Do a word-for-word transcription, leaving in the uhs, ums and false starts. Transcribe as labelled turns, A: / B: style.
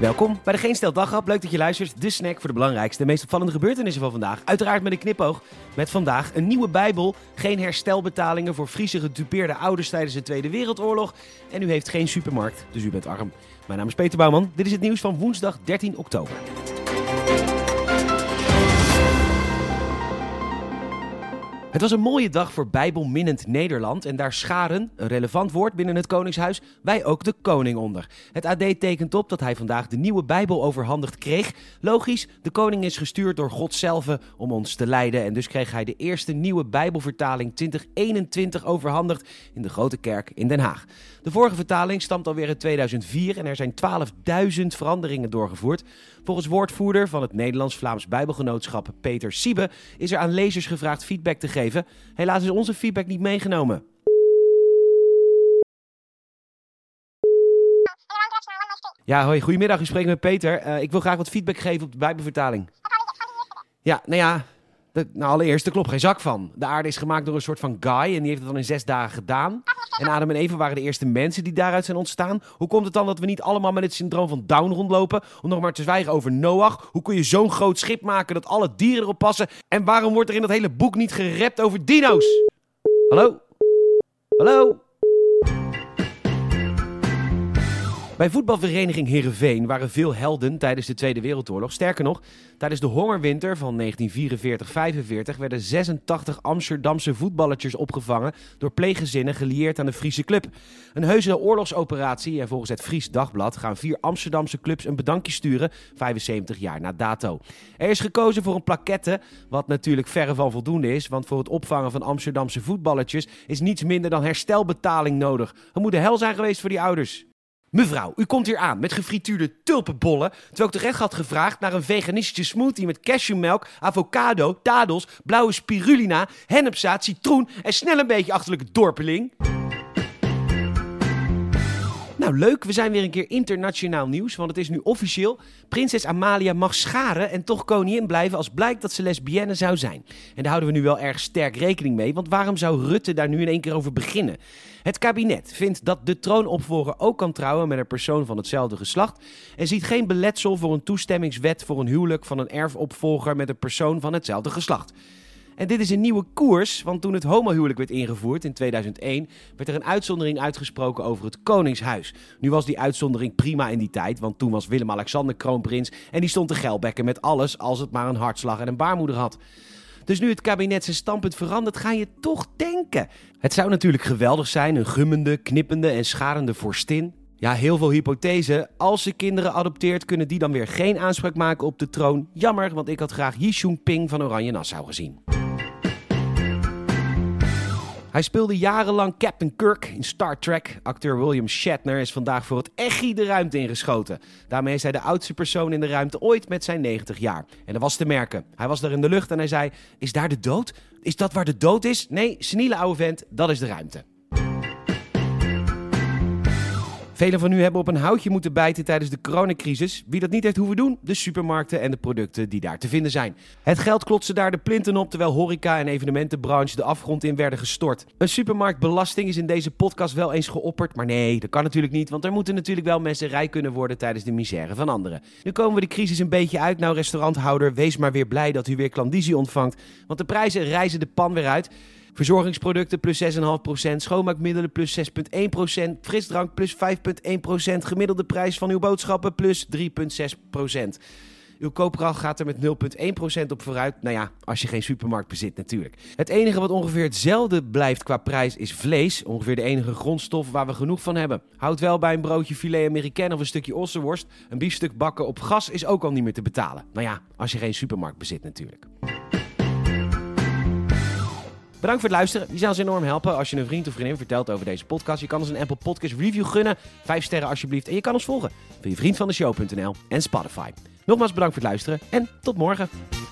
A: Welkom bij de Geen Stel Daghap. Leuk dat je luistert. De snack voor de belangrijkste en meest opvallende gebeurtenissen van vandaag. Uiteraard met een knipoog. Met vandaag een nieuwe Bijbel. Geen herstelbetalingen voor Friese gedupeerde ouders tijdens de Tweede Wereldoorlog. En u heeft geen supermarkt, dus u bent arm. Mijn naam is Peter Bouwman. Dit is het nieuws van woensdag dertien oktober. Het was een mooie dag voor bijbelminnend Nederland en daar scharen, een relevant woord binnen het Koningshuis, wij ook de koning onder. Het A D tekent op dat hij vandaag de nieuwe Bijbel overhandigd kreeg. Logisch, de koning is gestuurd door God zelf om ons te leiden en dus kreeg hij de eerste nieuwe Bijbelvertaling twintig eenentwintig overhandigd in de Grote Kerk in Den Haag. De vorige vertaling stamt alweer in tweeduizend vier en er zijn twaalfduizend veranderingen doorgevoerd. Volgens woordvoerder van het Nederlands-Vlaams Bijbelgenootschap Peter Siebe is er aan lezers gevraagd feedback te geven. Helaas is onze feedback niet meegenomen. Ja, hoi, goedemiddag. U spreekt met Peter. Uh, ik wil graag wat feedback geven op de Bijbelvertaling. Ja, nou ja, de, nou allereerst, er klopt geen zak van. De aarde is gemaakt door een soort van guy en die heeft het dan in zes dagen gedaan. En Adam en Eva waren de eerste mensen die daaruit zijn ontstaan. Hoe komt het dan dat we niet allemaal met het syndroom van Down rondlopen? Om nog maar te zwijgen over Noach. Hoe kun je zo'n groot schip maken dat alle dieren erop passen? En waarom wordt er in dat hele boek niet gerept over dino's? Hallo? Hallo? Bij voetbalvereniging Heerenveen waren veel helden tijdens de Tweede Wereldoorlog. Sterker nog, tijdens de hongerwinter van negentien vierenveertig vijfenveertig werden zesentachtig Amsterdamse voetballertjes opgevangen door pleeggezinnen gelieerd aan de Friese club. Een heuse oorlogsoperatie en volgens het Fries Dagblad gaan vier Amsterdamse clubs een bedankje sturen, vijfenzeventig jaar na dato. Er is gekozen voor een plaquette, wat natuurlijk verre van voldoende is, want voor het opvangen van Amsterdamse voetballertjes is niets minder dan herstelbetaling nodig. Het moet de hel zijn geweest voor die ouders. Mevrouw, u komt hier aan met gefrituurde tulpenbollen, terwijl ik toch echt had gevraagd naar een veganistische smoothie met cashewmelk, avocado, dadels, blauwe spirulina, hennepzaad, citroen en snel een beetje achterlijke dorpeling. Nou leuk, we zijn weer een keer internationaal nieuws, want het is nu officieel. Prinses Amalia mag scharen en toch koningin blijven als blijkt dat ze lesbienne zou zijn. En daar houden we nu wel erg sterk rekening mee, want waarom zou Rutte daar nu in één keer over beginnen? Het kabinet vindt dat de troonopvolger ook kan trouwen met een persoon van hetzelfde geslacht en ziet geen beletsel voor een toestemmingswet voor een huwelijk van een erfopvolger met een persoon van hetzelfde geslacht. En dit is een nieuwe koers, want toen het homohuwelijk werd ingevoerd in tweeduizend één, werd er een uitzondering uitgesproken over het Koningshuis. Nu was die uitzondering prima in die tijd, want toen was Willem-Alexander kroonprins en die stond te geilbekken met alles als het maar een hartslag en een baarmoeder had. Dus nu het kabinet zijn standpunt verandert, ga je toch denken. Het zou natuurlijk geweldig zijn, een gummende, knippende en scharende vorstin. Ja, heel veel hypothese. Als ze kinderen adopteert, kunnen die dan weer geen aanspraak maken op de troon. Jammer, want ik had graag Yi Shun-ping van Oranje Nassau gezien. Hij speelde jarenlang Captain Kirk in Star Trek. Acteur William Shatner is vandaag voor het echi de ruimte ingeschoten. Daarmee is hij de oudste persoon in de ruimte ooit met zijn negentig jaar. En dat was te merken. Hij was daar in de lucht en hij zei, is daar de dood? Is dat waar de dood is? Nee, seniele oude vent, dat is de ruimte. Velen van u hebben op een houtje moeten bijten tijdens de coronacrisis. Wie dat niet heeft hoeven doen, de supermarkten en de producten die daar te vinden zijn. Het geld klotste daar de plinten op, terwijl horeca en evenementenbranche de afgrond in werden gestort. Een supermarktbelasting is in deze podcast wel eens geopperd, maar nee, dat kan natuurlijk niet, want er moeten natuurlijk wel mensen rijk kunnen worden tijdens de misère van anderen. Nu komen we de crisis een beetje uit. Nou, restauranthouder, wees maar weer blij dat u weer klandizie ontvangt, want de prijzen reizen de pan weer uit. Verzorgingsproducten plus zes komma vijf procent, schoonmaakmiddelen plus zes komma één procent, frisdrank plus vijf komma één procent, gemiddelde prijs van uw boodschappen plus drie komma zes procent. Uw koopkracht gaat er met nul komma één procent op vooruit. Nou ja, als je geen supermarkt bezit natuurlijk. Het enige wat ongeveer hetzelfde blijft qua prijs is vlees. Ongeveer de enige grondstof waar we genoeg van hebben. Houd wel bij een broodje filet américain of een stukje ossenworst. Een biefstuk bakken op gas is ook al niet meer te betalen. Nou ja, als je geen supermarkt bezit natuurlijk. Bedankt voor het luisteren. Je zou ons enorm helpen als je een vriend of vriendin vertelt over deze podcast. Je kan ons een Apple Podcast review gunnen. Vijf sterren alsjeblieft. En je kan ons volgen via vriend van de show punt n l en Spotify. Nogmaals bedankt voor het luisteren en tot morgen.